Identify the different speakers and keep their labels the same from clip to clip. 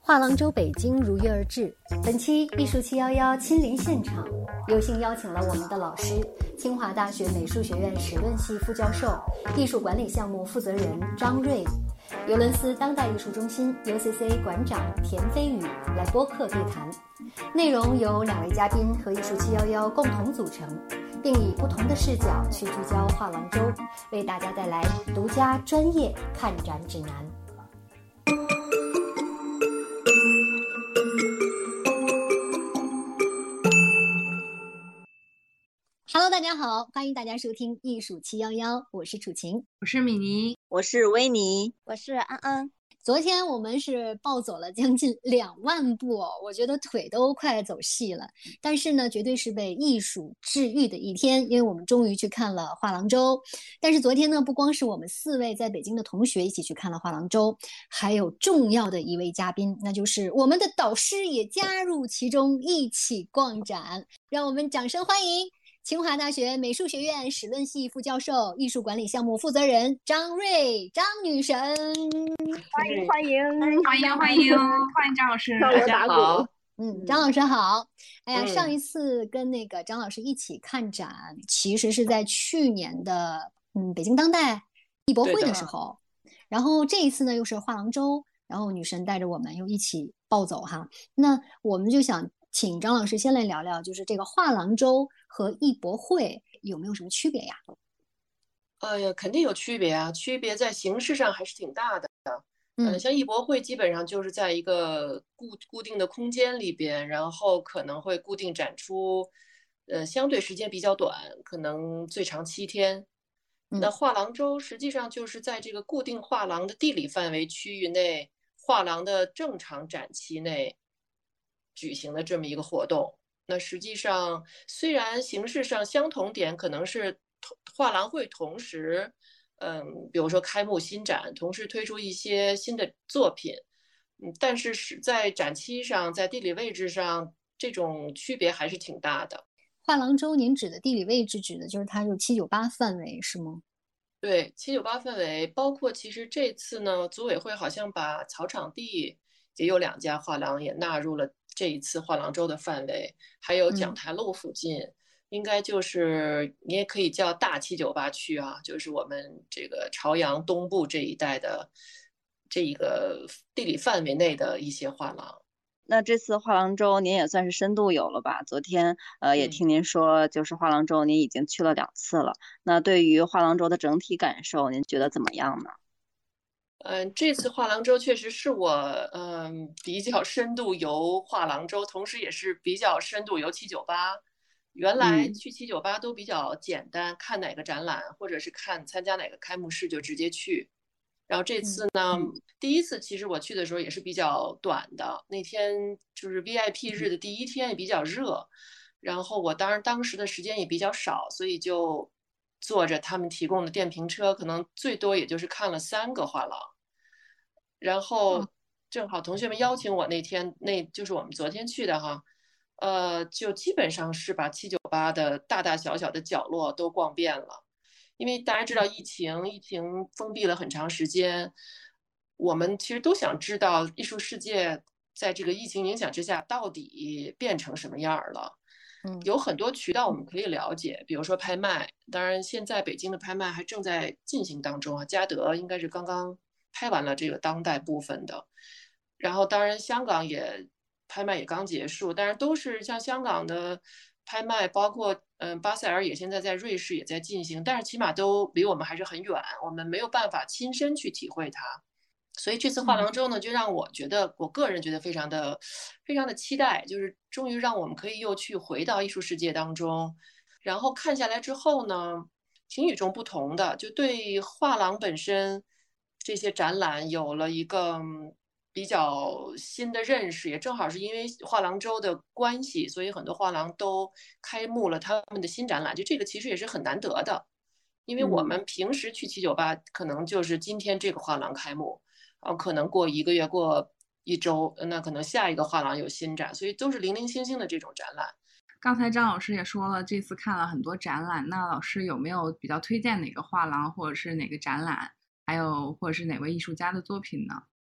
Speaker 1: 画廊周北京如约而至，本期艺术711亲临现场，有幸邀请了我们的老师，清华大学美术学院史论系副教授、艺术管理项目负责人张瑞，尤伦斯当代艺术中心 UCC 馆长田飞宇来播客对谈。内容由2位嘉宾和艺术711共同组成，并以不同的视角去聚焦画廊周，为大家带来独家专业看展指南。Hello， 大家好，欢迎大家收听艺术711，我是楚晴，
Speaker 2: 我是米妮，
Speaker 3: 我是维尼，
Speaker 4: 我是安安。
Speaker 1: 昨天我们是暴走了将近2万步哦，我觉得腿都快走细了。但是呢，绝对是被艺术治愈的一天，因为我们终于去看了画廊周。但是昨天呢，不光是我们4位在北京的同学一起去看了画廊周，还有重要的一位嘉宾，那就是我们的导师也加入其中，一起逛展。让我们掌声欢迎清华大学美术学院史论系副教授、艺术管理项目负责人张瑞，张女神。
Speaker 4: 欢迎欢迎
Speaker 2: 欢迎欢迎欢迎张老师，
Speaker 3: 大家好。
Speaker 1: 张老师好。哎呀，上一次跟那个张老师一起看展，其实是在去年的北京当代艺博会的时候，然后这一次呢又是画廊周，然后女神带着我们又一起暴走哈。那我们就想请张老师先来聊聊，就是这个画廊周和艺博会有没有什么区别呀？
Speaker 3: 肯定有区别啊，区别在形式上还是挺大的。像艺博会基本上就是在一个固定的空间里边，然后可能会固定展出，相对时间比较短，可能最长7天。那画廊周实际上就是在这个固定画廊的地理范围区域内，画廊的正常展期内举行的这么一个活动。那实际上虽然形式上相同点可能是画廊会同时比如说开幕新展，同时推出一些新的作品，但是在展期上，在地理位置上，这种区别还是挺大的。
Speaker 1: 画廊周您指的地理位置指的就是它就798范围是吗？
Speaker 3: 对，798范围包括其实这次呢，组委会好像把草场地也有2家画廊也纳入了这一次画廊周的范围，还有讲台路附近。应该就是你也可以叫大798区啊，就是我们这个朝阳东部这一带的这一个地理范围内的一些画廊。
Speaker 4: 那这次画廊周您也算是深度游了吧？昨天也听您说，就是画廊周您已经去了2次了。那对于画廊周的整体感受，您觉得怎么样呢？
Speaker 3: 这次画廊周确实是我比较深度游画廊周，同时也是比较深度游798。原来去798都比较简单，看哪个展览或者是参加哪个开幕式就直接去。然后这次呢，第一次其实我去的时候也是比较短的，那天就是 VIP 日的第1天也比较热，然后我当时的时间也比较少，所以就坐着他们提供的电瓶车，可能最多也就是看了3个画廊。然后正好同学们邀请我那天，那就是我们昨天去的哈。就基本上是把798的大大小小的角落都逛遍了，因为大家知道疫情封闭了很长时间，我们其实都想知道艺术世界在这个疫情影响之下到底变成什么样了。有很多渠道我们可以了解，比如说拍卖，当然现在北京的拍卖还正在进行当中啊，嘉德应该是刚刚拍完了这个当代部分的，然后当然香港也拍卖也刚结束，但是都是像香港的拍卖，包括巴塞尔也现在在瑞士也在进行，但是起码都离我们还是很远，我们没有办法亲身去体会它。所以这次画廊周呢，就让我觉得，我个人觉得非常的期待，就是终于让我们可以又去回到艺术世界当中，然后看下来之后呢，挺与众不同的，就对画廊本身这些展览有了一个比较新的认识，也正好是因为画廊周的关系，所以很多画廊都开幕了他们的新展览，就这个其实也是很难得的，因为我们平时去798可能就是今天这个画廊开幕，可能过1个月过1周，那可能下一个画廊有新展，所以都是零零星星的这种展览。
Speaker 2: 刚才张老师也说了，这次看了很多展览，那老师有没有比较推荐哪个画廊或者是哪个展览，还有或者是哪位艺术家的作品呢？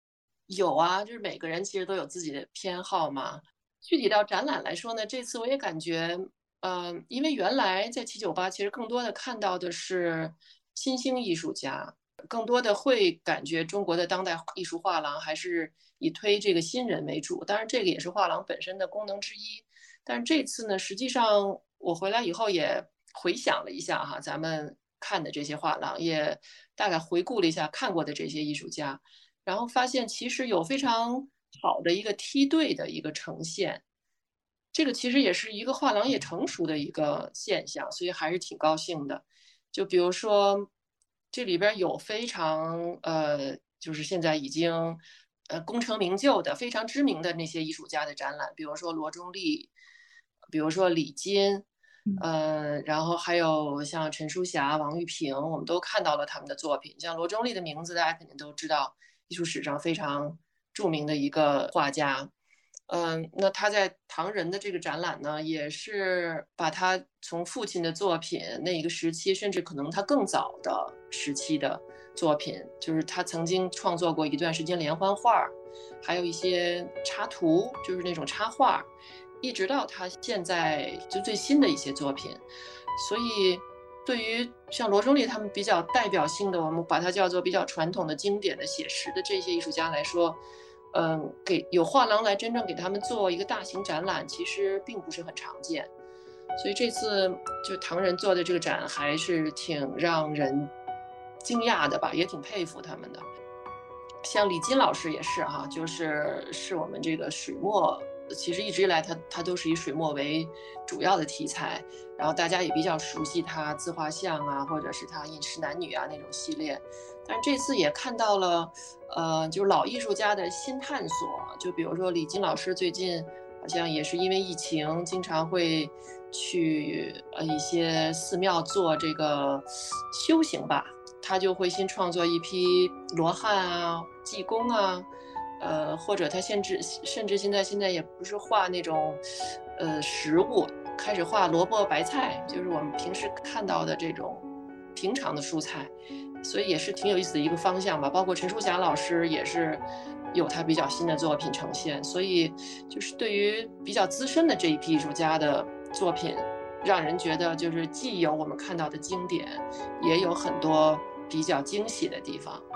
Speaker 3: 有啊，就是每个人其实都有自己的偏好嘛。具体到展览来说呢，这次我也感觉，因为原来在798其实更多的看到的是新兴艺术家，更多的会感觉中国的当代艺术画廊还是以推这个新人为主，当然这个也是画廊本身的功能之一。但是这次呢，实际上我回来以后也回想了一下哈，咱们看的这些画廊，也大概回顾了一下看过的这些艺术家，然后发现其实有非常好的一个梯队的一个呈现。这个其实也是一个画廊业成熟的一个现象，所以还是挺高兴的。就比如说，这里边有非常就是现在已经功成名就的、非常知名的那些艺术家的展览，比如说罗中立，比如说李金，然后还有像陈淑霞、王玉萍，我们都看到了他们的作品。像罗中立的名字，大家肯定都知道，艺术史上非常著名的一个画家。那他在唐人的这个展览呢，也是把他从父亲的作品那一个时期，甚至可能他更早的时期的作品，就是他曾经创作过一段时间连环画，还有一些插图，就是那种插画，一直到他现在就最新的一些作品。所以对于像罗中立他们比较代表性的，我们把它叫做比较传统的经典的写实的这些艺术家来说，给有画廊来真正给他们做一个大型展览，其实并不是很常见。所以这次就唐人做的这个展还是挺让人惊讶的吧，也挺佩服他们的。像李金老师也是哈，是我们这个水墨，其实一直以来他都是以水墨为主要的题材，然后大家也比较熟悉他自画像啊，或者是他饮食男女啊那种系列。但是这次也看到了，就是老艺术家的新探索。就比如说李金老师最近好像也是因为疫情，经常会去一些寺庙做这个修行吧，他就会新创作一批罗汉啊、济公啊，或者他甚至现在也不是画那种食物，开始画萝卜白菜，就是我们平时看到的这种平常的蔬菜。所以也是挺有意思的一个方向吧。包括陈淑霞老师也是有他比较新的作品呈现，所以就是对于比较资深的这一批艺术家的作品，让人觉得就是既有我们看到的经典，也有很多比较惊喜的地方。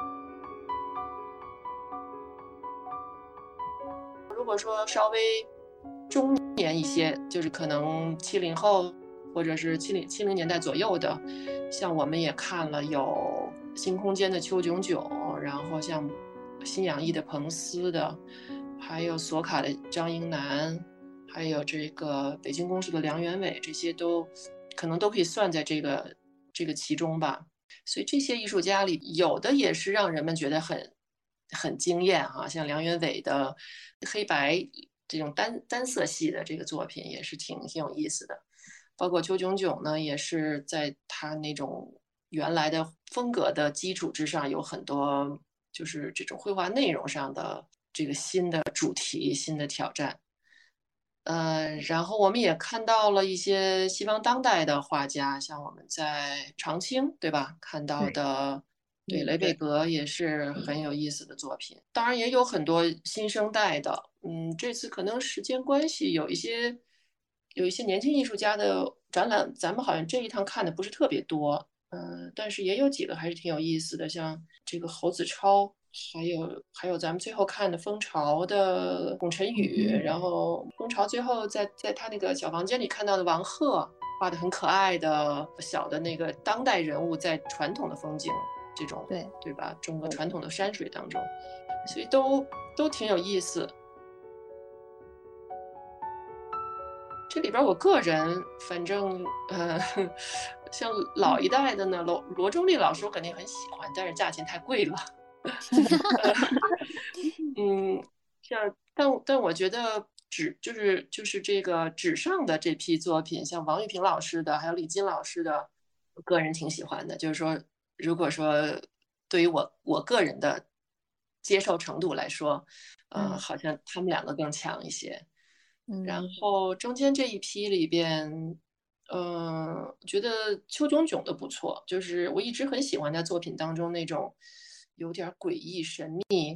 Speaker 3: 如果说稍微中年一些，就是可能70后或者是70年代左右的，像我们也看了有新空间的邱炯炯，然后像新氧艺的彭斯的，还有索卡的张英南，还有这个北京公视的梁元伟，这些都可能都可以算在这个其中吧。所以这些艺术家里，有的也是让人们觉得很惊艳啊，像梁元伟的黑白这种单色系的这个作品也是挺有意思的。包括邱炯炯呢，也是在他那种原来的风格的基础之上，有很多就是这种绘画内容上的这个新的主题、新的挑战。然后我们也看到了一些西方当代的画家，像我们在长青，对吧？看到的，对，雷贝格也是很有意思的作品。当然也有很多新生代的，这次可能时间关系，有一些年轻艺术家的展览，咱们好像这一趟看的不是特别多，但是也有几个还是挺有意思的，像这个侯子超。还有咱们最后看的蜂巢的龚晨宇，然后蜂巢最后在他那个小房间里看到的王鹤，画的很可爱的小的那个当代人物在传统的风景这种对吧？中国传统的山水当中，所以都挺有意思。这里边我个人反正像老一代的呢，罗中立老师我肯定很喜欢，但是价钱太贵了。但我觉得就是这个纸上的这批作品，像王玉萍老师的，还有李金老师的，我个人挺喜欢的。就是说，如果说对于我个人的接受程度来说，好像他们两个更强一些。然后中间这一批里边，觉得邱炯炯的不错，就是我一直很喜欢他作品当中那种有点诡异神秘，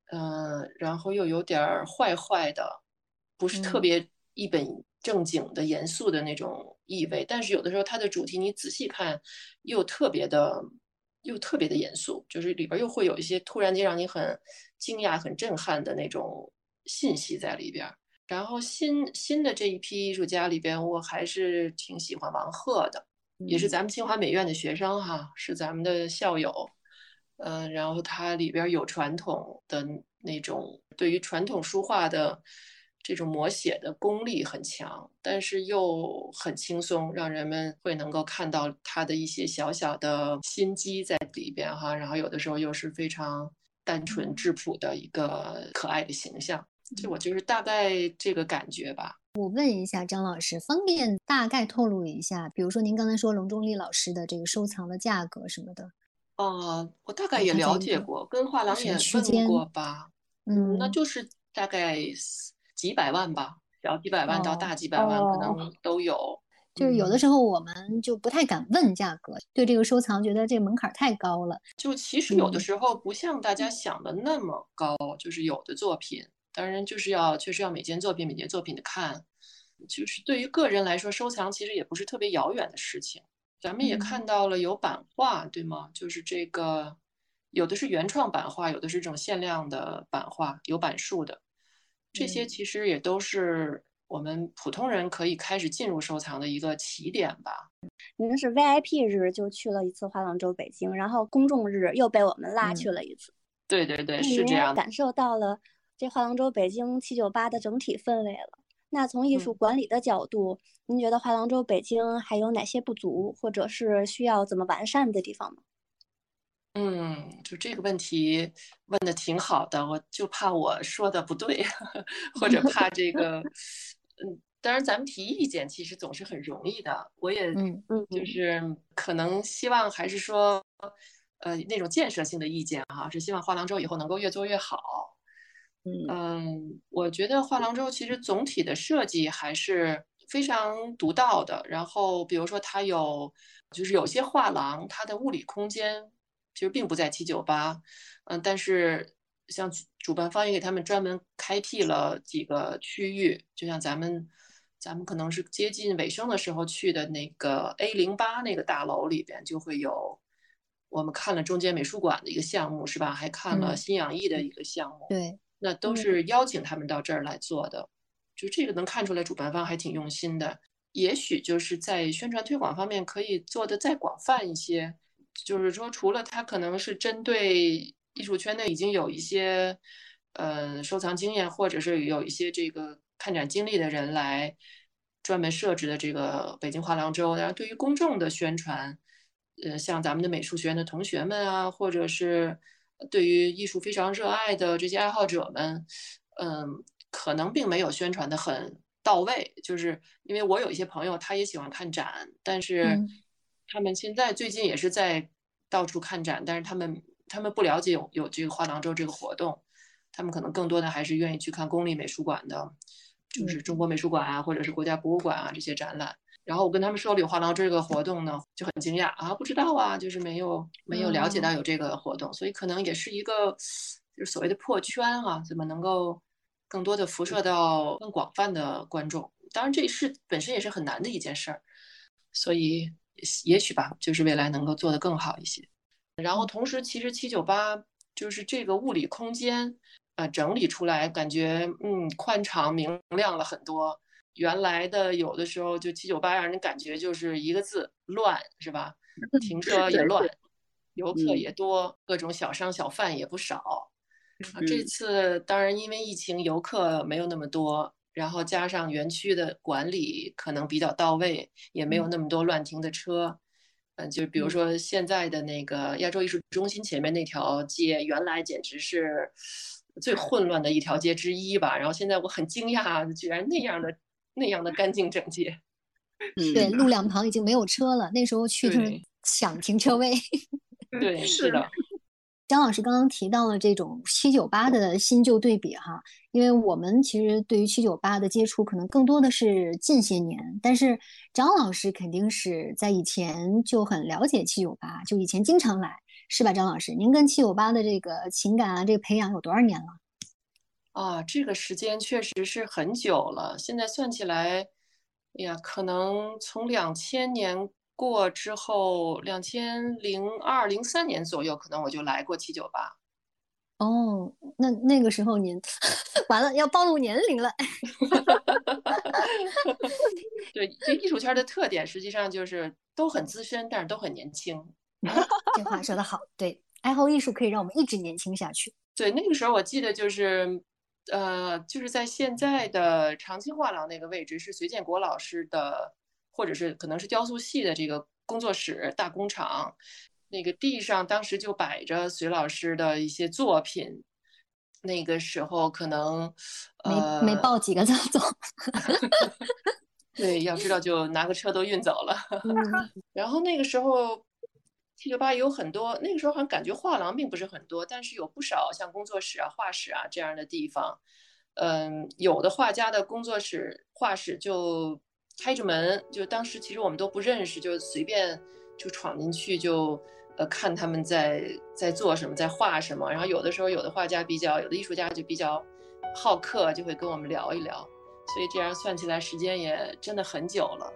Speaker 3: 然后又有点儿坏坏的，不是特别一本正经的严肃的那种意味。但是有的时候它的主题你仔细看，又特别的严肃，就是里边又会有一些突然间让你很惊讶、很震撼的那种信息在里边。然后新的这一批艺术家里边，我还是挺喜欢王鹤的，也是咱们清华美院的学生哈，是咱们的校友。然后它里边有传统的那种对于传统书画的这种摹写的功力很强，但是又很轻松，让人们会能够看到它的一些小小的心机在里边哈。然后有的时候又是非常单纯质朴的一个可爱的形象，就我就是大概这个感觉吧。
Speaker 1: 我问一下张老师，方便大概透露一下，比如说您刚才说龙中立老师的这个收藏的价格什么的？
Speaker 3: 我大概也了解过，跟画廊也问过吧。那就是大概几百万吧，小几百万到大几百万可能都有。
Speaker 1: 就是有的时候我们就不太敢问价格，对这个收藏觉得这个门槛太高了。
Speaker 3: 就其实有的时候不像大家想的那么高，就是有的作品，当然就是确实要每件作品的看。就是对于个人来说，收藏其实也不是特别遥远的事情。咱们也看到了有版画，对吗？就是这个，有的是原创版画，有的是这种限量的版画，有版数的。这些其实也都是我们普通人可以开始进入收藏的一个起点吧。
Speaker 5: 您是 VIP 日就去了一次画廊周北京，然后公众日又被我们拉去了一次。
Speaker 3: 对对对，是这样的。
Speaker 5: 感受到了这画廊周北京798的整体氛围了。那从艺术管理的角度，您觉得画廊周北京还有哪些不足，或者是需要怎么完善的地方呢？
Speaker 3: 就这个问题问的挺好的，我就怕我说的不对，或者怕这个，当然咱们提意见其实总是很容易的，我也就是可能希望还是说，那种建设性的意见哈，是希望画廊周以后能够越做越好。我觉得画廊周其实总体的设计还是非常独到的。然后比如说它就是有些画廊它的物理空间其实并不在798，但是像主办方也给他们专门开辟了几个区域，就像咱们可能是接近尾声的时候去的那个 A08那个大楼里边就会有。我们看了中间美术馆的一个项目是吧？还看了新氧艺的一个项目。
Speaker 1: 对。
Speaker 3: 那都是邀请他们到这儿来做的，就这个能看出来主办方还挺用心的。也许就是在宣传推广方面可以做得再广泛一些，就是说除了它可能是针对艺术圈内已经有一些收藏经验或者是有一些这个看展经历的人来专门设置的这个北京画廊周，然后对于公众的宣传，像咱们的美术学院的同学们啊，或者是对于艺术非常热爱的这些爱好者们，可能并没有宣传的很到位。就是因为我有一些朋友，他也喜欢看展，但是他们现在最近也是在到处看展，但是他们不了解有这个画廊周这个活动，他们可能更多的还是愿意去看公立美术馆的，就是中国美术馆啊，或者是国家博物馆啊这些展览。然后我跟他们说了有画廊这个活动呢，就很惊讶啊，不知道啊，就是没有了解到有这个活动，所以可能也是一个就是所谓的破圈啊，怎么能够更多的辐射到更广泛的观众？当然这本身也是很难的一件事儿，所以也许吧，就是未来能够做得更好一些。然后同时，其实798就是这个物理空间整理出来，感觉宽敞明亮了很多。原来的有的时候就798让人感觉就是一个字乱，是吧？停车也乱，游客也多，各种小商小贩也不少。这次当然因为疫情游客没有那么多，然后加上园区的管理可能比较到位，也没有那么多乱停的车。就比如说现在的那个亚洲艺术中心前面那条街，原来简直是最混乱的一条街之一吧。然后现在我很惊讶，居然那样的干净整洁。
Speaker 1: 对，路两旁已经没有车了。那时候去就是抢停车位。
Speaker 3: 对，是的。
Speaker 1: 张老师刚刚提到了这种798的新旧对比哈，因为我们其实对于798的接触可能更多的是近些年，但是张老师肯定是在以前就很了解798，就以前经常来， 是吧？张老师，您跟798的这个情感啊，这个培养有多少年了？
Speaker 3: 啊，这个时间确实是很久了。现在算起来，哎呀，可能从2000年过之后，2002、03年左右，可能我就来过798。
Speaker 1: 哦，那个时候您完了，要暴露年龄了。
Speaker 3: 对，这艺术圈的特点实际上就是都很资深，但是都很年轻。
Speaker 1: 哎，这话说得好，对，爱好艺术可以让我们一直年轻下去。
Speaker 3: 对，那个时候我记得就是，就是在现在的长青画廊那个位置是隋建国老师的，或者是可能是雕塑系的这个工作室大工厂，那个地上当时就摆着隋老师的一些作品。那个时候可能，
Speaker 1: 没抱几个就走。
Speaker 3: 对，要知道就拿个车都运走了。然后那个时候798有很多，那个时候好像感觉画廊并不是很多，但是有不少像工作室啊、画室啊这样的地方。有的画家的工作室、画室就开着门，就当时其实我们都不认识，就随便就闯进去就看他们在做什么，在画什么。然后有的时候有的画家有的艺术家就比较好客，就会跟我们聊一聊。所以这样算起来时间也真的很久了。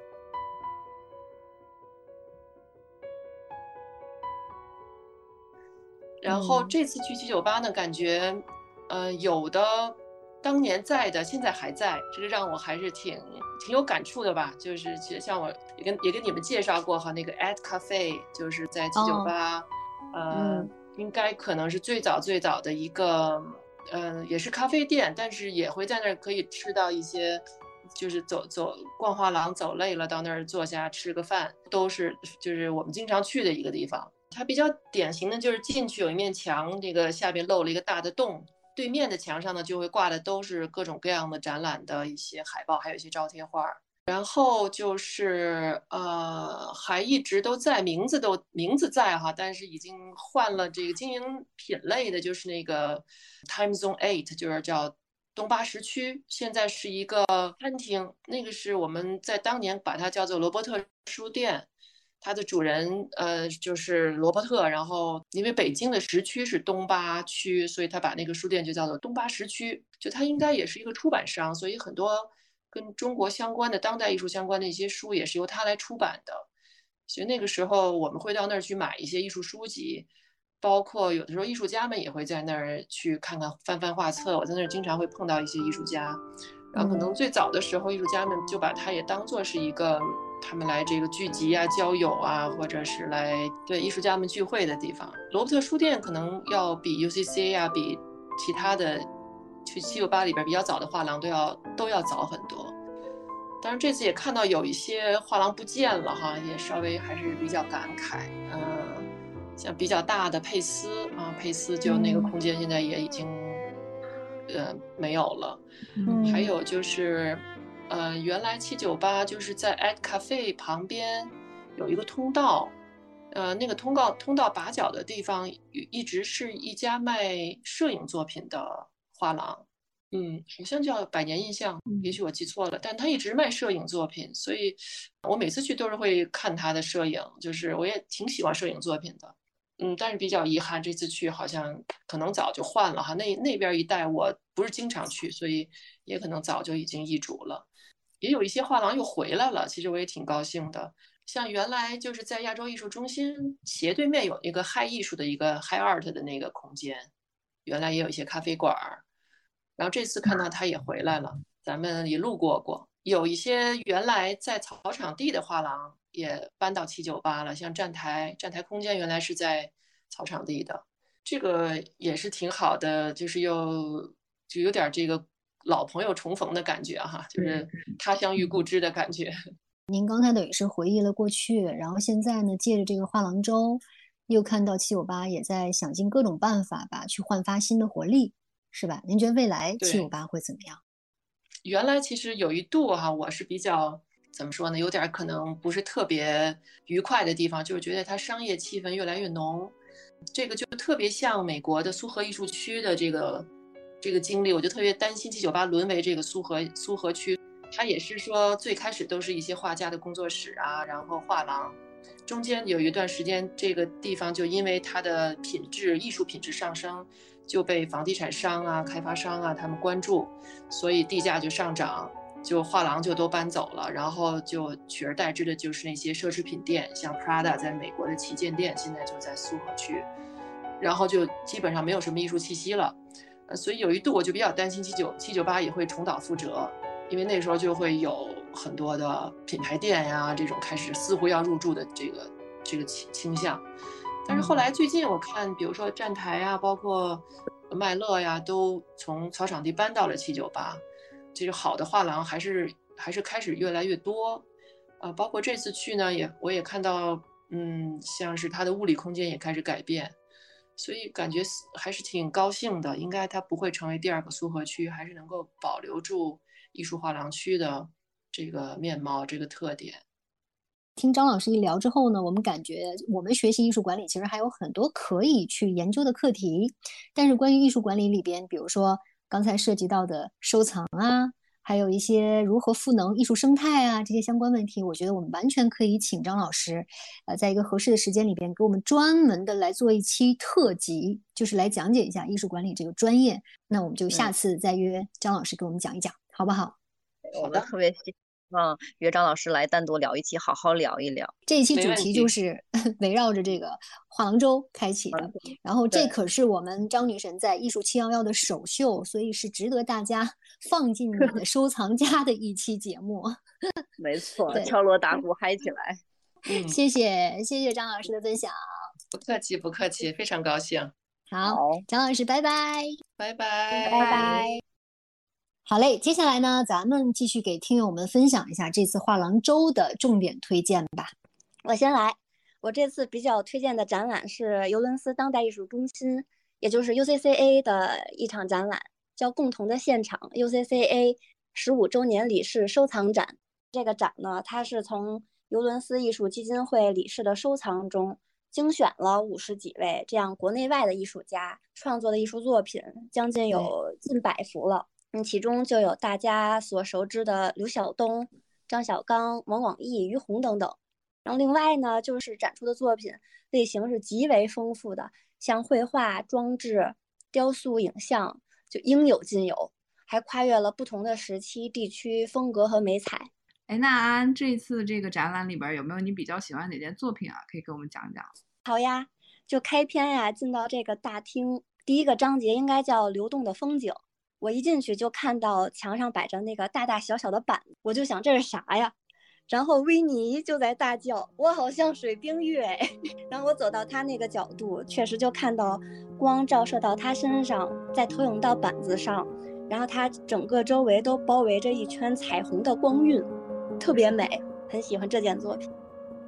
Speaker 3: 然后这次去798呢，感觉，有的当年在的，现在还在，这个让我还是挺有感触的吧。就是其实像我也跟你们介绍过哈，那个 at cafe 就是在798，应该可能是最早的一个，也是咖啡店，但是也会在那儿可以吃到一些。就是逛画廊走累了，到那儿坐下吃个饭，就是我们经常去的一个地方。它比较典型的就是进去有一面墙，这个下边露了一个大的洞，对面的墙上呢就会挂的都是各种各样的展览的一些海报，还有一些招贴画。然后就是还一直都在，名字在哈，但是已经换了这个经营品类的，就是那个 Time Zone 8，就是叫东八时区，现在是一个餐厅。那个是我们在当年把它叫做罗伯特书店，它的主人就是罗伯特。然后因为北京的时区是东八区，所以他把那个书店就叫做东八时区。就他应该也是一个出版商，所以很多跟中国相关的当代艺术相关的一些书也是由他来出版的。所以那个时候我们会到那儿去买一些艺术书籍，包括有的时候艺术家们也会在那儿去看看翻画册。我在那儿经常会碰到一些艺术家，然后可能最早的时候艺术家们就把它也当作是一个他们来这个聚集啊、交友啊，或者是来对艺术家们聚会的地方。罗伯特书店可能要比 UCC 啊，比其他的去798里边比较早的画廊都要早很多。当然这次也看到有一些画廊不见了哈，也稍微还是比较感慨。像比较大的佩斯啊，佩斯就那个空间现在也已经没有了。还有就是原来798就是在 at cafe 旁边有一个通道，那个通道把角的地方一直是一家卖摄影作品的画廊。好像叫百年印象，也许我记错了，但他一直卖摄影作品，所以我每次去都是会看他的摄影，就是我也挺喜欢摄影作品的。但是比较遗憾，这次去好像可能早就换了哈，那边一带我不是经常去，所以也可能早就已经易主了。也有一些画廊又回来了，其实我也挺高兴的。像原来就是在亚洲艺术中心斜对面有一个嗨艺术的一个 High Art 的那个空间，原来也有一些咖啡馆。然后这次看到他也回来了，咱们也路过，有一些原来在草场地的画廊也搬到798了，像站台空间原来是在草场地的，这个也是挺好的，就是就有点这个老朋友重逢的感觉哈，就是他乡遇故知的感觉。
Speaker 1: 您刚才等于是回忆了过去，然后现在呢，借着这个画廊周，又看到798也在想尽各种办法吧，去焕发新的活力。是吧？您觉得未来798会怎么样？
Speaker 3: 原来其实有一度哈，我是比较怎么说呢，有点可能不是特别愉快的地方，就是觉得它商业气氛越来越浓，这个就特别像美国的苏荷艺术区的这个经历，我就特别担心798沦为这个苏荷区。它也是说最开始都是一些画家的工作室啊，然后画廊， 中间有一段时间，这个地方就因为它的艺术品质上升，就被房地产商啊、开发商啊他们关注，所以地价就上涨，就画廊就都搬走了，然后就取而代之的就是那些奢侈品店，像 Prada 在美国的旗舰店现在就在苏河区，然后就基本上没有什么艺术气息了。所以有一度我就比较担心798也会重蹈覆辙，因为那时候就会有很多的品牌店呀，这种开始似乎要入驻的这个倾向。但是后来最近我看，比如说站台呀，包括麦乐呀，都从草场地搬到了798，这个好的画廊还是开始越来越多。包括这次去呢，我也看到，像是它的物理空间也开始改变。所以感觉还是挺高兴的，应该它不会成为第二个苏河区，还是能够保留住艺术画廊区的这个面貌、这个特点。
Speaker 1: 听张老师一聊之后呢，我们感觉我们学习艺术管理其实还有很多可以去研究的课题。但是关于艺术管理里边，比如说刚才涉及到的收藏啊，还有一些如何赋能艺术生态啊，这些相关问题，我觉得我们完全可以请张老师，在一个合适的时间里边，给我们专门的来做一期特辑，就是来讲解一下艺术管理这个专业。那我们就下次再约张老师给我们讲一讲，好不好？
Speaker 4: 我们特别希望约张老师来单独聊一期，好好聊一聊。
Speaker 1: 这一期主题就是围绕着这个画廊周开启的，然后这可是我们张女神在艺术711的首秀，所以是值得大家放进你的收藏夹的一期节目。
Speaker 4: 没错，敲锣打鼓嗨起来。
Speaker 1: 谢谢张老师的分享。
Speaker 3: 不客气不客气，非常高兴。
Speaker 1: 好，张老师拜拜。
Speaker 3: 拜拜
Speaker 5: 拜拜。
Speaker 1: 好嘞，接下来呢，咱们继续给听友们分享一下这次画廊周的重点推荐吧。
Speaker 5: 我先来，我这次比较推荐的展览是尤伦斯当代艺术中心，也就是 UCCA 的一场展览，叫《共同的现场》UCCA 15周年理事收藏展。这个展呢，它是从尤伦斯艺术基金会理事的收藏中精选了50几位这样国内外的艺术家创作的艺术作品，将近有近100幅了。其中就有大家所熟知的刘晓东、张小刚、王广义、于洪等等。然后另外呢，就是展出的作品类型是极为丰富的，像绘画、装置、雕塑、影像，就应有尽有，还跨越了不同的时期、地区、风格和美彩。
Speaker 2: 那安这次这个展览里边有没有你比较喜欢哪件作品啊？可以给我们讲讲。
Speaker 5: 好呀，就开篇呀，进到这个大厅，第一个章节应该叫流动的风景。我一进去就看到墙上摆着那个大大小小的板子，我就想这是啥呀？然后维尼就在大叫，我好像水冰月哎！然后我走到他那个角度，确实就看到光照射到他身上，再投影到板子上，然后他整个周围都包围着一圈彩虹的光晕，特别美，很喜欢这件作品。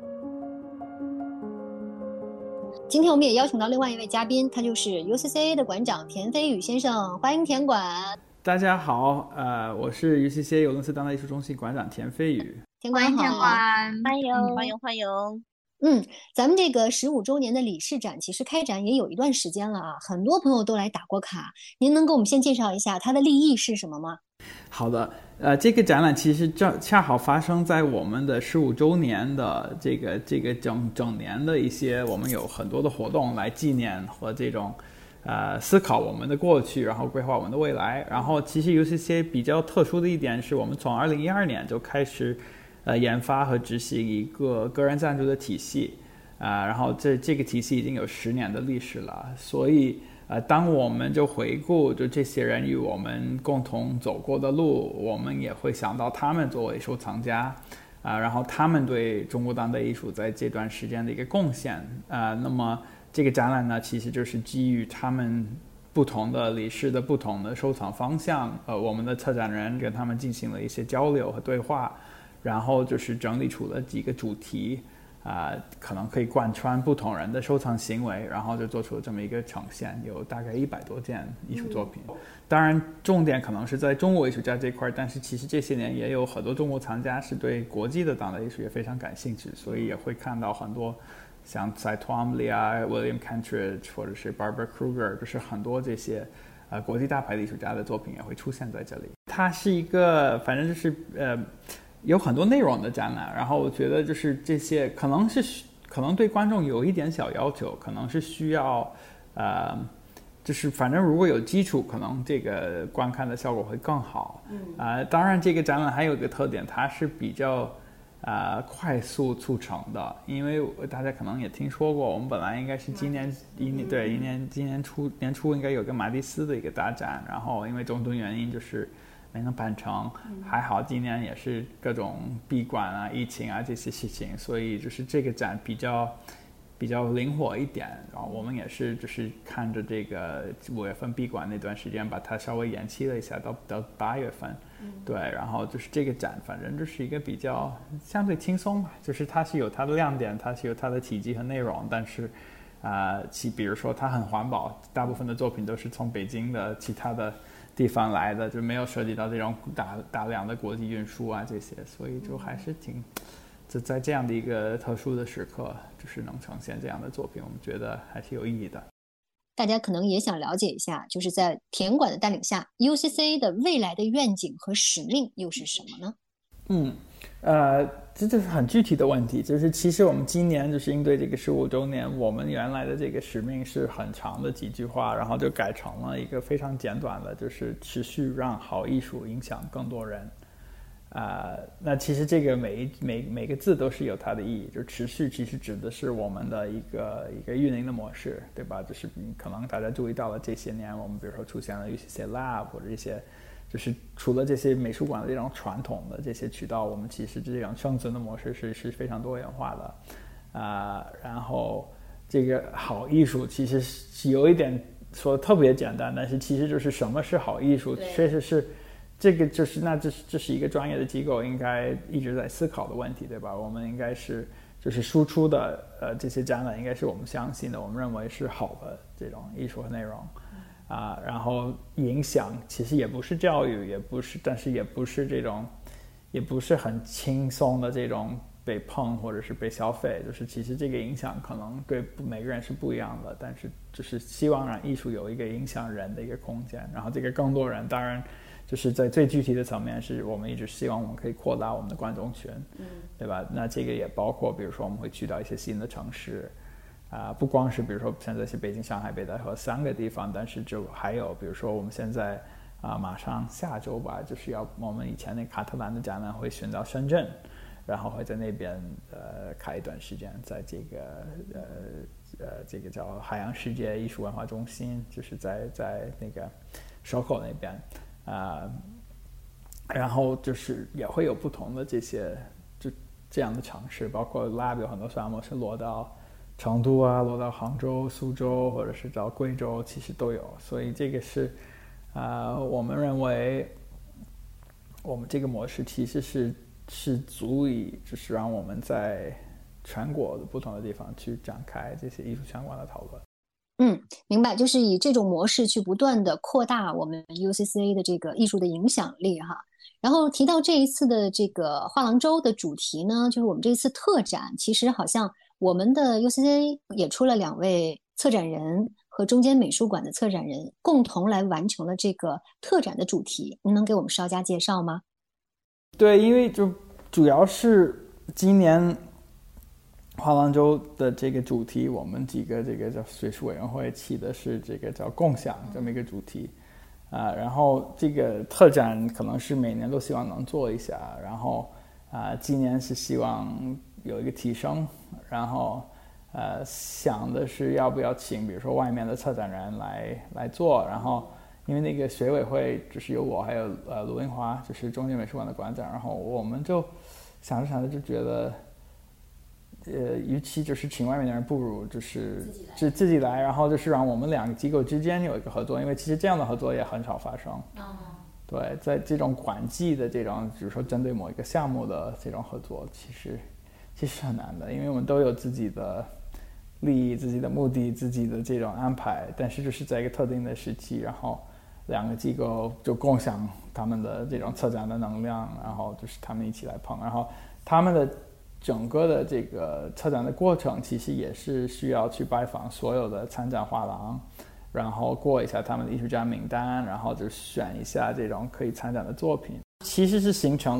Speaker 1: 今天我们也邀请到另外一位嘉宾，他就是 UCCA 的馆长田飞宇先生，欢迎田馆。
Speaker 6: 大家好，我是 UCCA 尤伦斯当代艺术中心馆长田飞宇。
Speaker 1: 田馆好，
Speaker 5: 欢迎。
Speaker 1: 咱们这个15周年的理事展，其实开展也有一段时间了啊，很多朋友都来打过卡。您能给我们先介绍一下它的立意是什么吗？
Speaker 6: 好的，这个展览其实恰好发生在我们的15周年的这个整年的一些，我们有很多的活动来纪念和这种思考我们的过去，然后规划我们的未来。然后其实 UCCA 比较特殊的一点是我们从2012年就开始研发和执行一个个人赞助的体系然后这个体系已经有10年的历史了，所以当我们就回顾就这些人与我们共同走过的路，我们也会想到他们作为收藏家然后他们对中国当代艺术在这段时间的一个贡献那么这个展览呢，其实就是基于他们不同的理事的不同的收藏方向我们的策展人跟他们进行了一些交流和对话，然后就是整理出了几个主题可能可以贯穿不同人的收藏行为，然后就做出了这么一个呈现，有大概100多件艺术作品。当然重点可能是在中国艺术家这块，但是其实这些年也有很多中国藏家是对国际的当代艺术也非常感兴趣，所以也会看到很多像在 Twombly William Kentridge 或者是 Barbara Kruger， 就是很多这些国际大牌的艺术家的作品也会出现在这里。它是一个反正就是有很多内容的展览，然后我觉得就是这些可能对观众有一点小要求，可能是需要就是反正如果有基础，可能这个观看的效果会更好。当然这个展览还有一个特点，它是比较快速促成的，因为大家可能也听说过，我们本来应该是今年年初应该有个马蒂斯的一个大展，然后因为种种原因就是没能办成，还好今年也是各种闭馆啊、疫情啊这些事情，所以就是这个展比较灵活一点，然后我们也是就是看着这个5月份闭馆那段时间，把它稍微延期了一下到8月份，对，然后就是这个展，反正就是一个比较相对轻松吧，就是它是有它的亮点，它是有它的体积和内容，但是比如说它很环保，大部分的作品都是从北京的其他的地方来的，就没有涉及到这种大量的国际运输啊这些，所以就还是就在这样的一个特殊的时刻，就是能呈现这样的作品，我们觉得还是有意义的。
Speaker 1: 大家可能也想了解一下，就是在田馆的带领下 UCCA 的未来的愿景和使命又是什么呢？
Speaker 6: 这就是很具体的问题，就是其实我们今年就是应对这个15周年，我们原来的这个使命是很长的几句话，然后就改成了一个非常简短的，就是持续让好艺术影响更多人。那其实这个每个字都是有它的意义，就持续其实指的是我们的一个运营的模式，对吧？就是可能大家注意到了这些年我们比如说出现了 UCC Lab 或者一些就是除了这些美术馆的这种传统的这些渠道，我们其实这种生存的模式是非常多元化的。然后这个好艺术其实是有一点说特别简单，但是其实就是什么是好艺术，确实是这个就是这是一个专业的机构应该一直在思考的问题，对吧？我们应该是就是输出的这些展览应该是我们相信的，我们认为是好的这种艺术和内容。然后影响其实也不是教育，也不是，但是也不是这种，也不是很轻松的这种被碰或者是被消费，就是其实这个影响可能对每个人是不一样的，但是就是希望让艺术有一个影响人的一个空间，然后这个更多人当然就是在最具体的层面是我们一直希望我们可以扩大我们的观众群，对吧？那这个也包括比如说我们会去到一些新的城市。不光是比如说现在是北京、上海、北戴河3个地方，但是就还有比如说我们现在马上下周吧，就是我们以前那卡特兰的展览会选到深圳，然后会在那边开一段时间，在这个这个叫海洋世界艺术文化中心，就是在那个蛇口那边然后就是也会有不同的这些就这样的尝试，包括 Lab 有很多项目是落到成都啊，落到杭州、苏州，或者是到贵州，其实都有。所以这个是，我们认为，我们这个模式其实是足以，就是让我们在全国的不同的地方去展开这些艺术相关的讨论。
Speaker 1: 明白，就是以这种模式去不断的扩大我们 UCCA 的这个艺术的影响力哈。然后提到这一次的这个画廊周的主题呢，就是我们这一次特展，其实好像我们的 UCCA 也出了2位策展人和中间美术馆的策展人，共同来完成了这个特展的主题。您能给我们稍加介绍吗？
Speaker 6: 对，因为就主要是今年画廊周的这个主题，我们几个这个叫学术委员会起的是这个叫共享这么一个主题。然后这个特展可能是每年都希望能做一下，然后今年是希望有一个提升，然后想的是要不要请比如说外面的策展人来做，然后因为那个学委会就是有我还有卢英华，就是中间美术馆的馆长，然后我们就想着想着就觉得与其就是请外面的人，不如就是自己来，然后就是让我们2个机构之间有一个合作，因为其实这样的合作也很少发生。对，在这种馆际的这种，比如说针对某一个项目的这种合作，其实很难的，因为我们都有自己的利益、自己的目的、自己的这种安排，但是就是在一个特定的时期，然后2个机构就共享他们的这种策展的能量，然后就是他们一起来碰，然后他们的整个的这个策展的过程其实也是需要去拜访所有的参展画廊，然后过一下他们的艺术家名单，然后就选一下这种可以参展的作品，其实是形成了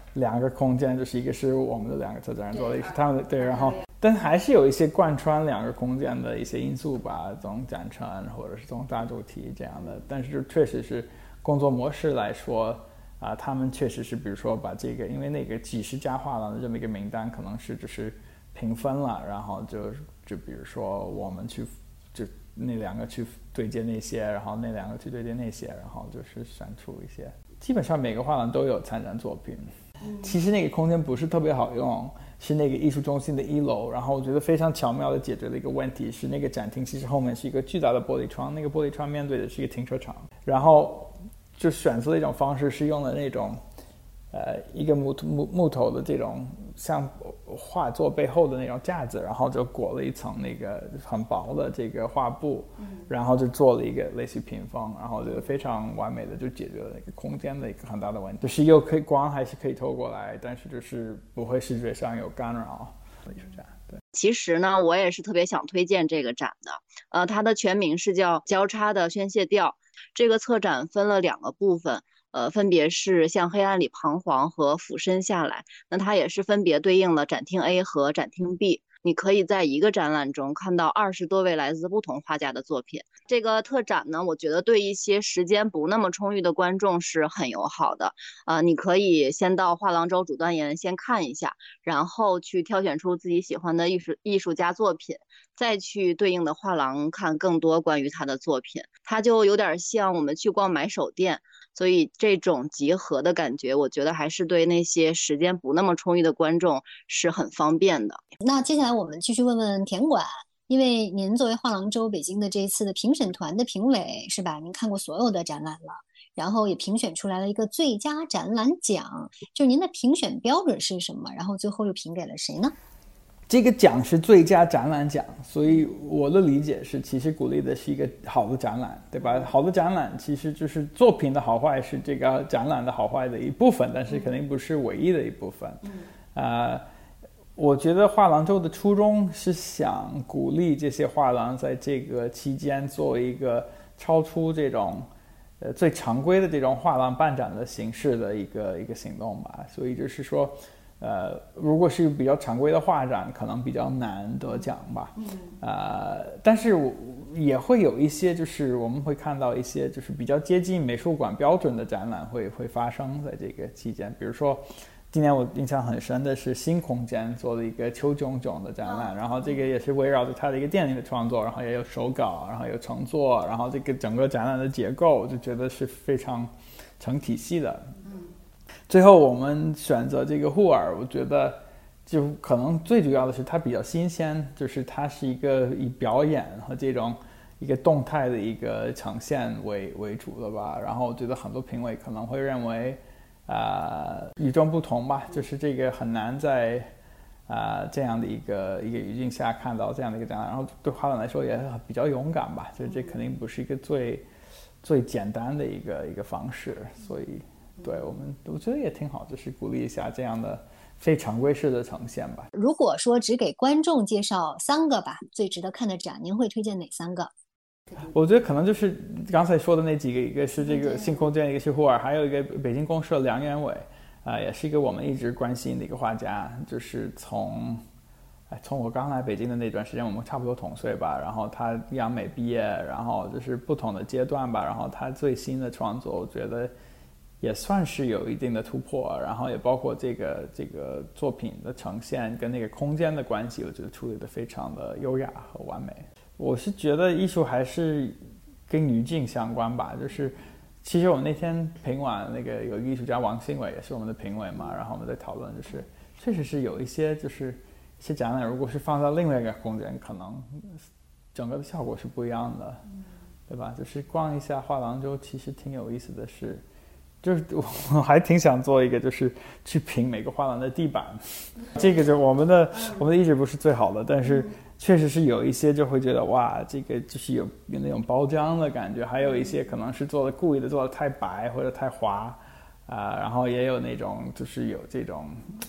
Speaker 6: 两个空间，就是一个是我们的两个策展人做的，一个是他们的，对，然后但还是有一些贯穿两个空间的一些因素吧，从展陈或者是从大主题这样的，但是就确实是工作模式来说他们确实是比如说把这个，因为那个几十家画廊的这么一个名单可能是就是平分了，然后就比如说我们去就那两个去对接那些，然后那两个去对接那些，然后就是选出一些，基本上每个画廊都有参展作品。其实那个空间不是特别好用，是那个艺术中心的1楼，然后我觉得非常巧妙的解决了一个问题，是那个展厅其实后面是一个巨大的玻璃窗，那个玻璃窗面对的是一个停车场，然后就选择了一种方式，是用了那种一个木头的这种像画作背后的那种架子，然后就裹了一层那个很薄的这个画布，然后就做了一个类似于屏风，然后就非常完美的就解决了那个空间的一个很大的问题，就是又可以光还是可以透过来，但是就是不会视觉上有干扰。艺术展，对，
Speaker 4: 其实呢，我也是特别想推荐这个展的。它的全名是叫交叉的宣泄调。这个策展分了2个部分，分别是向黑暗里彷徨和俯身下来。那它也是分别对应了展厅 A 和展厅 B。你可以在一个展览中看到20多位来自不同画家的作品。这个特展呢，我觉得对一些时间不那么充裕的观众是很友好的。你可以先到画廊周主端言先看一下，然后去挑选出自己喜欢的艺术家作品，再去对应的画廊看更多关于他的作品。它就有点像我们去逛买手店，所以这种集合的感觉，我觉得还是对那些时间不那么充裕的观众是很方便的。
Speaker 1: 那接下来我们继续问问田管，因为您作为画廊周北京的这一次的评审团的评委是吧？您看过所有的展览了，然后也评选出来了一个最佳展览奖，就您的评选标准是什么？然后最后又评给了谁呢？
Speaker 6: 这个奖是最佳展览奖，所以我的理解是，其实鼓励的是一个好的展览，对吧？好的展览其实就是作品的好坏是这个展览的好坏的一部分，但是肯定不是唯一的一部分。我觉得画廊周的初衷是想鼓励这些画廊在这个期间做一个超出这种最常规的这种画廊办展的形式的一个行动吧。所以就是说如果是比较常规的画展可能比较难得奖吧。但是也会有一些就是我们会看到一些就是比较接近美术馆标准的展览会发生在这个期间。比如说今年我印象很深的是新空间做了一个邱炯炯的展览，然后这个也是围绕着他的一个电影的创作，然后也有手稿，然后有成作，然后这个整个展览的结构我就觉得是非常成体系的。最后我们选择这个霍尔，我觉得就可能最主要的是它比较新鲜，就是它是一个以表演和这种一个动态的一个呈现为主的吧。然后我觉得很多评委可能会认为与众不同吧，就是这个很难在这样的一个语境下看到这样的一个展览，然后对画廊来说也比较勇敢吧，就是这肯定不是一个最简单的一个方式，所以对我觉得也挺好，就是鼓励一下这样的非常规式的呈现吧。
Speaker 1: 如果说只给观众介绍3个吧，最值得看的展，您会推荐哪3个？
Speaker 6: 我觉得可能就是刚才说的那几个，一个是这个新空间，一个是霍尔，还有一个北京公社梁元伟，也是一个我们一直关心的一个画家，就是从我刚来北京的那段时间，我们差不多同岁吧，然后他央美毕业，然后就是不同的阶段吧，然后他最新的创作，我觉得也算是有一定的突破，然后也包括这个作品的呈现跟那个空间的关系，我觉得处理得非常的优雅和完美。我是觉得艺术还是跟语境相关吧，就是其实我们那天评完那个有一个艺术家王新伟也是我们的评委嘛，然后我们在讨论就是确实是有一些就是一些展览如果是放在另外一个空间，可能整个的效果是不一样的，对吧？就是逛一下画廊周其实挺有意思的是，就是我还挺想做一个就是去评每个画廊的地板，这个就我们的意志不是最好的，但是确实是有一些就会觉得哇，这个就是有那种包浆的感觉，还有一些可能是故意的做的太白或者太滑然后也有那种就是有这种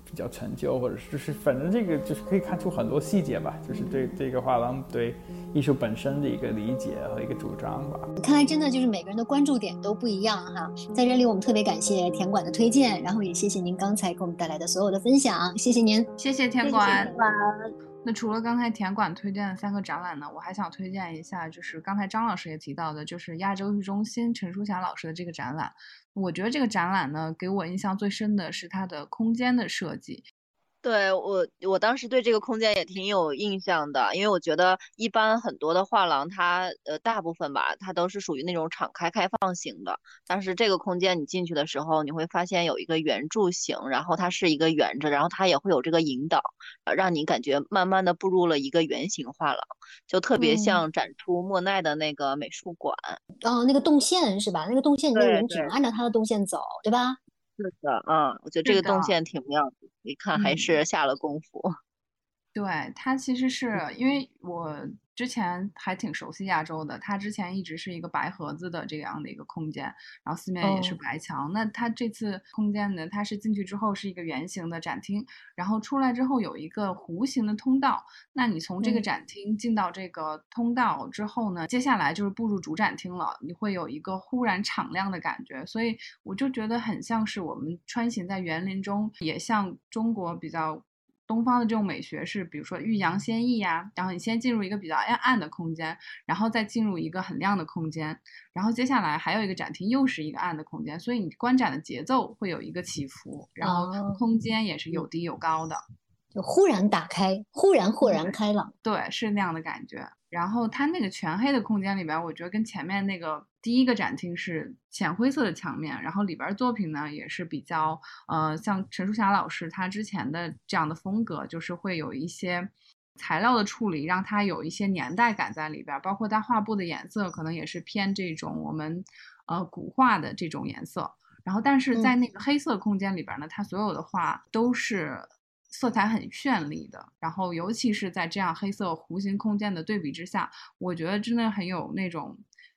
Speaker 6: 比较陈旧，或者是就是反正这个就是可以看出很多细节吧，就是对这个画廊对艺术本身的一个理解和一个主张吧。
Speaker 1: 看来真的就是每个人的关注点都不一样哈。在这里我们特别感谢田管的推荐，然后也谢谢您刚才给我们带来的所有的分享，谢谢您。
Speaker 2: 谢谢田
Speaker 5: 谢谢
Speaker 2: 管。
Speaker 5: 田管。
Speaker 2: 那除了刚才田管推荐的3个展览呢，我还想推荐一下，就是刚才张老师也提到的，就是亚洲艺术中心陈淑霞老师的这个展览。我觉得这个展览呢，给我印象最深的是它的空间的设计。
Speaker 4: 对，我当时对这个空间也挺有印象的，因为我觉得一般很多的画廊它大部分吧，它都是属于那种敞开开放型的，但是这个空间你进去的时候，你会发现有一个圆柱形，然后它是一个圆着，然后它也会有这个引导，让你感觉慢慢的步入了一个圆形画廊，就特别像展出莫奈的那个美术馆。
Speaker 1: 那个动线是吧？那个动线，你那个人只
Speaker 4: 对
Speaker 1: 能按照他的动线走，对吧？
Speaker 4: 是的，我觉得这个动线挺妙的，一看还是下了功夫。
Speaker 2: 对，它其实是因为我之前还挺熟悉亚洲的，它之前一直是一个白盒子的这样的一个空间，然后四面也是白墙。那它这次空间呢，它是进去之后是一个圆形的展厅，然后出来之后有一个弧形的通道。那你从这个展厅进到这个通道之后呢，接下来就是步入主展厅了，你会有一个忽然敞亮的感觉，所以我就觉得很像是我们穿行在园林中，也像中国比较东方的这种美学是，比如说欲扬先抑呀，然后你先进入一个比较暗的空间，然后再进入一个很亮的空间，然后接下来还有一个展厅又是一个暗的空间，所以你观展的节奏会有一个起伏，然后空间也是有低有高的，
Speaker 1: 就忽然打开，忽然豁然开朗。
Speaker 2: 对，是那样的感觉。然后它那个全黑的空间里边，我觉得跟前面那个第一个展厅是浅灰色的墙面，然后里边作品呢也是比较像陈淑霞老师她之前的这样的风格，就是会有一些材料的处理，让它有一些年代感在里边，包括它画布的颜色可能也是偏这种我们古画的这种颜色。然后但是在那个黑色空间里边呢，它所有的画都是色彩很绚丽的，然后尤其是在这样黑色弧形空间的对比之下，我觉得真的很有那种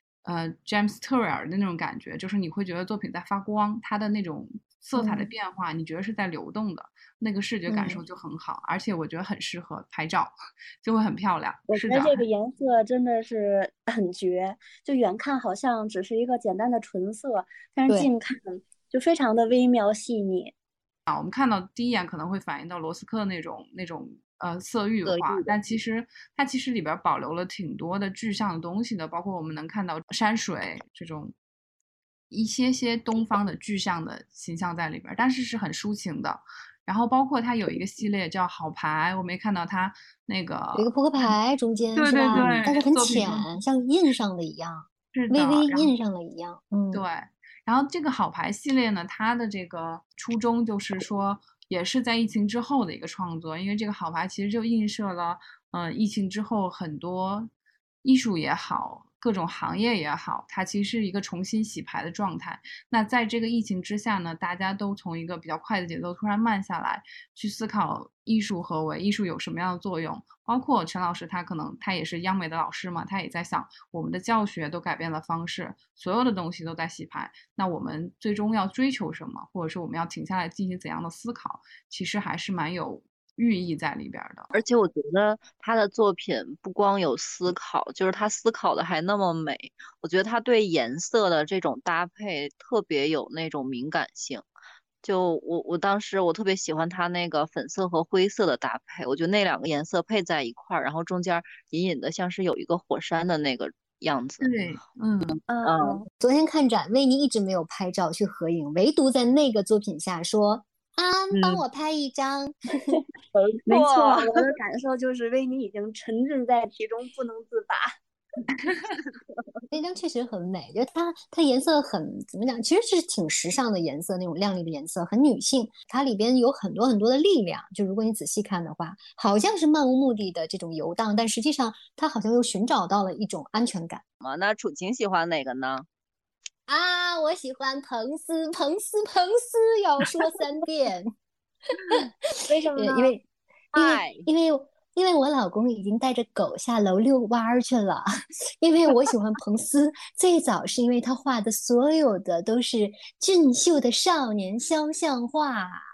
Speaker 2: James Turrell 的那种感觉，就是你会觉得作品在发光，它的那种色彩的变化你觉得是在流动的，那个视觉感受就很好，而且我觉得很适合拍照，就会很漂亮。
Speaker 5: 我觉得这个颜色真的是很绝，就远看好像只是一个简单的纯色，但是近看就非常的微妙细腻。
Speaker 2: 我们看到第一眼可能会反映到罗斯科那种色域化，但其实它里边保留了挺多的具象的东西的，包括我们能看到山水这种一些东方的具象的形象在里边，但是是很抒情的。然后包括它有一个系列叫好牌，我没看到它那个
Speaker 1: 有一个扑克牌中间
Speaker 2: 对对对，
Speaker 1: 但是很浅，像印上的一样，微微印上了一样。
Speaker 2: 对。然后这个好牌系列呢，它的这个初衷就是说，也是在疫情之后的一个创作，因为这个好牌其实就映射了，疫情之后很多艺术也好，各种行业也好，它其实是一个重新洗牌的状态。那在这个疫情之下呢，大家都从一个比较快的节奏突然慢下来，去思考艺术何为，艺术有什么样的作用。包括陈老师他也是央美的老师嘛，他也在想我们的教学都改变了方式，所有的东西都在洗牌，那我们最终要追求什么，或者是我们要停下来进行怎样的思考，其实还是蛮有寓意在里边的。
Speaker 4: 而且我觉得他的作品不光有思考，就是他思考的还那么美，我觉得他对颜色的这种搭配特别有那种敏感性。就我当时我特别喜欢它那个粉色和灰色的搭配，我觉得那两个颜色配在一块儿，然后中间隐隐的像是有一个火山的那个样子。
Speaker 2: 对，
Speaker 1: 昨天看展，维尼一直没有拍照去合影，唯独在那个作品下说：“帮我拍一张。”
Speaker 5: 没错，我的感受就是维尼已经沉浸在其中不能自拔。
Speaker 1: 那张确实很美，就它颜色很怎么讲，其实是挺时尚的颜色，那种亮丽的颜色，很女性。它里边有很多很多的力量，就如果你仔细看的话，好像是漫无目的的这种游荡，但实际上它好像又寻找到了一种安全感。
Speaker 4: 那楚晴喜欢哪个呢？
Speaker 1: 我喜欢彭斯，要说3遍。
Speaker 5: 为什么呢？
Speaker 1: 因为我老公已经带着狗下楼遛弯去了。因为我喜欢彭斯，最早是因为他画的所有的都是俊秀的少年肖像画。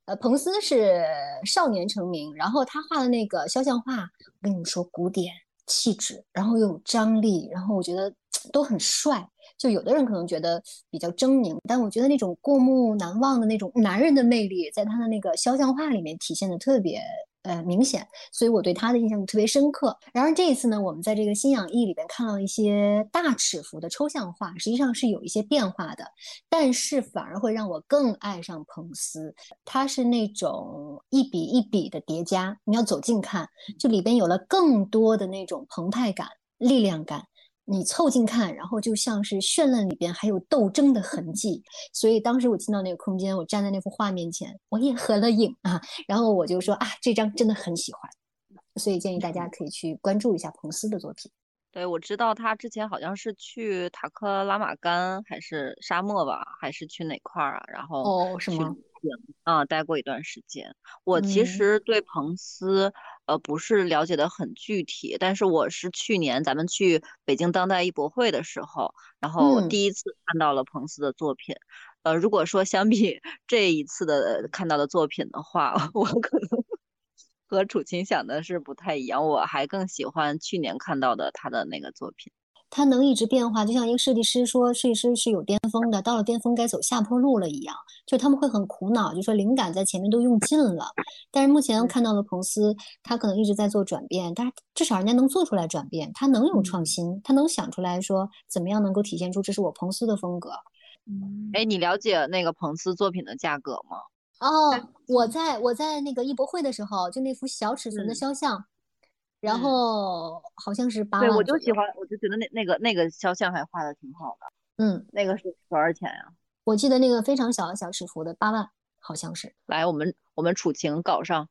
Speaker 1: 彭斯是少年成名，然后他画的那个肖像画，我跟你们说，古典气质，然后又有张力，然后我觉得都很帅。就有的人可能觉得比较狰狞，但我觉得那种过目难忘的那种男人的魅力，在他的那个肖像画里面体现的特别明显，所以我对他的印象特别深刻。然而这一次呢，我们在这个新氧艺里边看到一些大尺幅的抽象画，实际上是有一些变化的，但是反而会让我更爱上彭斯。他是那种一笔一笔的叠加，你要走近看，就里边有了更多的那种澎湃感、力量感。你凑近看，然后就像是绚烂里边还有斗争的痕迹，所以当时我进到那个空间，我站在那幅画面前，我也合了影啊，然后我就说啊，这张真的很喜欢，所以建议大家可以去关注一下彭斯的作品。
Speaker 4: 对，我知道他之前好像是去塔克拉玛干还是沙漠吧，还是去哪块儿啊？然后
Speaker 1: 是吗？
Speaker 4: 待过一段时间。我其实对彭斯不是了解的很具体，但是我是去年咱们去北京当代艺博会的时候，然后第一次看到了彭斯的作品。如果说相比这一次的看到的作品的话，我可能和楚琴想的是不太一样，我还更喜欢去年看到的他的那个作品。
Speaker 1: 他能一直变化，就像一个设计师说，设计师是有巅峰的，到了巅峰该走下坡路了一样，就他们会很苦恼，就说灵感在前面都用尽了。但是目前看到的彭斯，他可能一直在做转变，但是至少人家能做出来转变，他能有创新，他能想出来说怎么样能够体现出这是我彭斯的风格。
Speaker 4: 你了解那个彭斯作品的价格吗？
Speaker 1: 我在那个艺博会的时候，就那幅小尺寸的肖像。然后好像是8万。
Speaker 4: 对，我就喜欢，我就觉得那个肖像还画的挺好的。那个是多少钱呀？
Speaker 1: 我记得那个非常小的小尺幅的8万，好像是。
Speaker 4: 来，我们楚晴搞上。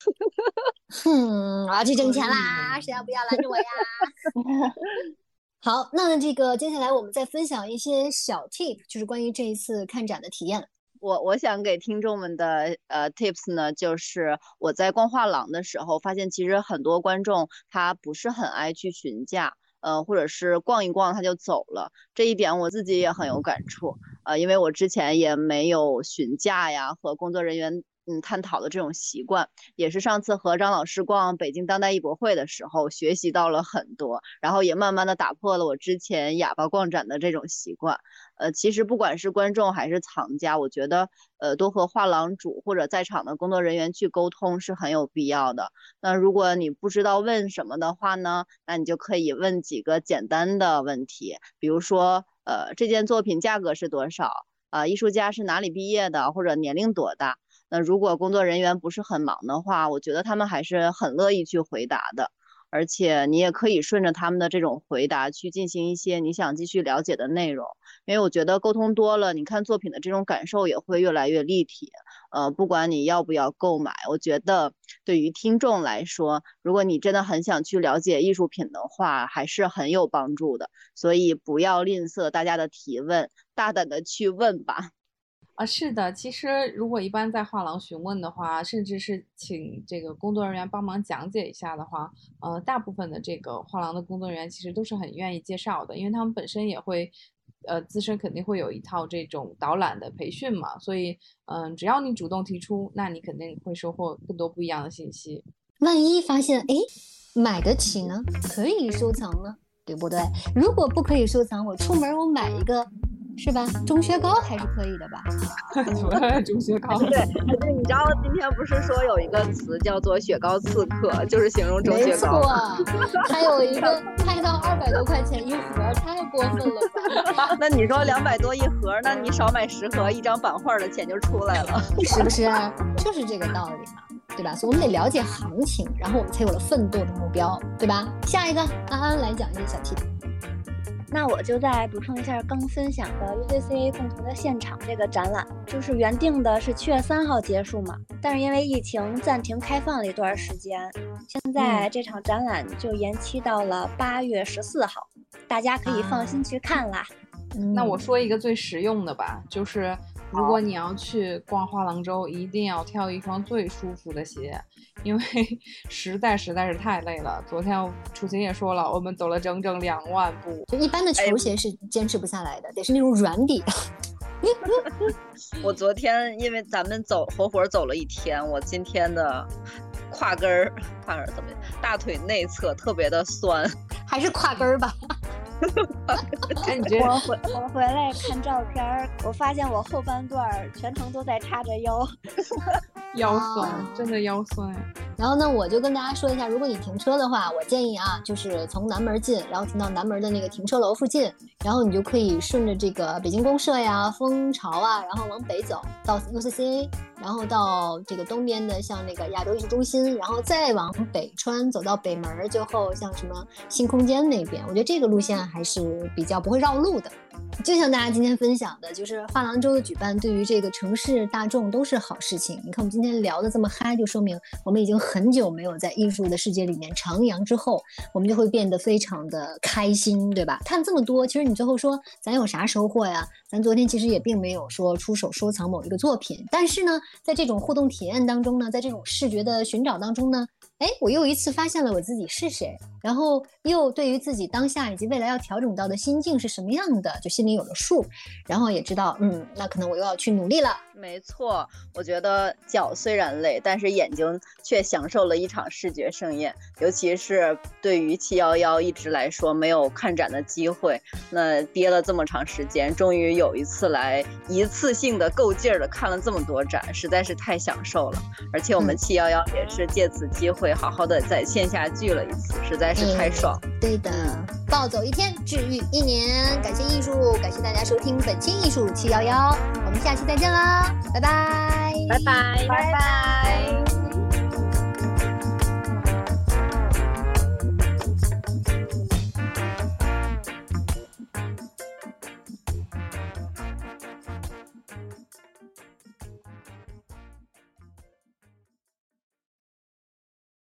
Speaker 1: 我要去挣钱啦！谁要不要拦着我呀？好，那这个接下来我们再分享一些小 tip， 就是关于这一次看展的体验。
Speaker 4: 我想给听众们的tips 呢，就是我在逛画廊的时候发现，其实很多观众他不是很爱去询价，或者是逛一逛他就走了。这一点我自己也很有感触，因为我之前也没有询价呀和工作人员探讨的这种习惯，也是上次和张老师逛北京当代艺博会的时候学习到了很多，然后也慢慢的打破了我之前哑巴逛展的这种习惯。其实不管是观众还是藏家，我觉得多和画廊主或者在场的工作人员去沟通是很有必要的。那如果你不知道问什么的话呢，那你就可以问几个简单的问题，比如说这件作品价格是多少？艺术家是哪里毕业的，或者年龄多大？那如果工作人员不是很忙的话，我觉得他们还是很乐意去回答的。而且你也可以顺着他们的这种回答去进行一些你想继续了解的内容，因为我觉得沟通多了，你看作品的这种感受也会越来越立体。不管你要不要购买，我觉得对于听众来说，如果你真的很想去了解艺术品的话，还是很有帮助的。所以不要吝啬大家的提问，大胆的去问吧。
Speaker 2: 是的，其实如果一般在画廊询问的话，甚至是请这个工作人员帮忙讲解一下的话，大部分的这个画廊的工作人员其实都是很愿意介绍的，因为他们本身也会，自身肯定会有一套这种导览的培训嘛，所以，只要你主动提出，那你肯定会收获更多不一样的信息。
Speaker 1: 万一发现，买得起呢，可以收藏呢，对不对？如果不可以收藏，我出门我买一个。是吧？钟薛高还是可以的吧？
Speaker 2: 钟薛高，
Speaker 4: 对，你知道今天不是说有一个词叫做雪糕刺客，就是形容钟薛高。
Speaker 1: 没错，还有一个拍到200多块钱一盒，太过分了吧？
Speaker 4: 那你说200多一盒，那你少买10盒，一张版画的钱就出来了，
Speaker 1: 是不是？就是这个道理嘛，对吧？所以我们得了解行情，然后我们才有了奋斗的目标，对吧？下一个，安安来讲一些小 tip。
Speaker 5: 那我就再补充一下刚分享的 UCCA 共同的现场这个展览，就是原定的是7月3号结束嘛，但是因为疫情暂停开放了一段时间，现在这场展览就延期到了8月14号，大家可以放心去看啦。
Speaker 2: 那我说一个最实用的吧，就是如果你要去逛画廊周，一定要挑一双最舒服的鞋，因为实在是太累了。昨天楚晴也说了，我们走了整整2万步。
Speaker 1: 就一般的球鞋是坚持不下来的，得是那种软底的。
Speaker 4: 我昨天因为咱们活活走了一天，我今天的胯根儿怎么大腿内侧特别的酸，
Speaker 1: 还是胯根儿吧。
Speaker 2: 哎，你这
Speaker 5: 我回来看照片，我发现我后半段全程都在叉着腰，
Speaker 2: 腰酸，真的腰酸。
Speaker 1: 然后呢，我就跟大家说一下，如果你停车的话，我建议啊，就是从南门进，然后停到南门的那个停车楼附近，然后你就可以顺着这个北京公社呀、蜂巢啊，然后往北走到 UCCA， 然后到这个东边的像那个亚洲艺术中心，然后再往北穿走到北门，最后像什么新空间那边，我觉得这个路线还是比较不会绕路的。就像大家今天分享的，就是画廊周的举办对于这个城市大众都是好事情。你看我们今天聊的这么嗨，就说明我们已经很久没有在艺术的世界里面徜徉之后，我们就会变得非常的开心，对吧？看这么多，其实你最后说咱有啥收获呀？咱昨天其实也并没有说出手收藏某一个作品，但是呢，在这种互动体验当中呢，在这种视觉的寻找当中呢，我又一次发现了我自己是谁，然后又对于自己当下以及未来要调整到的心境是什么样的，就心里有了数，然后也知道，那可能我又要去努力了。
Speaker 4: 没错，我觉得脚虽然累，但是眼睛却享受了一场视觉盛宴。尤其是对于711一直来说没有看展的机会，那憋了这么长时间，终于有一次来一次性的够劲儿的看了这么多展，实在是太享受了。而且我们711也是借此机会好好的在线下聚了一次，实在是太爽。
Speaker 1: 对的，暴走一天，治愈1年。感谢艺术，感谢大家收听本期艺术711，我们下期再见啦，拜拜，
Speaker 4: 拜拜，拜拜。